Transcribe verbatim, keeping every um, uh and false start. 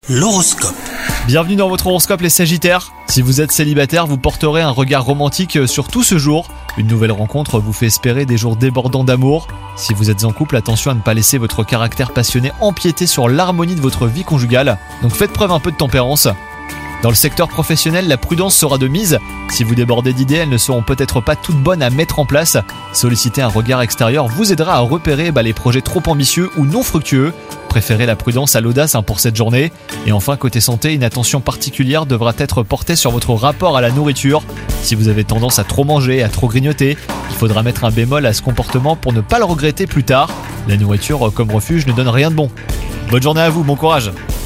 L'horoscope. Bienvenue dans votre horoscope les Sagittaires. Si vous êtes célibataire, vous porterez un regard romantique sur tout ce jour. Une nouvelle rencontre vous fait espérer des jours débordants d'amour. Si vous êtes en couple, attention à ne pas laisser votre caractère passionné empiéter sur l'harmonie de votre vie conjugale. Donc faites preuve un peu de tempérance. Dans le secteur professionnel, la prudence sera de mise. Si vous débordez d'idées, elles ne seront peut-être pas toutes bonnes à mettre en place. Solliciter un regard extérieur vous aidera à repérer bah, les projets trop ambitieux ou non fructueux. Préférez la prudence à l'audace hein, pour cette journée. Et enfin, côté santé, une attention particulière devra être portée sur votre rapport à la nourriture. Si vous avez tendance à trop manger, à trop grignoter, il faudra mettre un bémol à ce comportement pour ne pas le regretter plus tard. La nourriture comme refuge ne donne rien de bon. Bonne journée à vous, bon courage!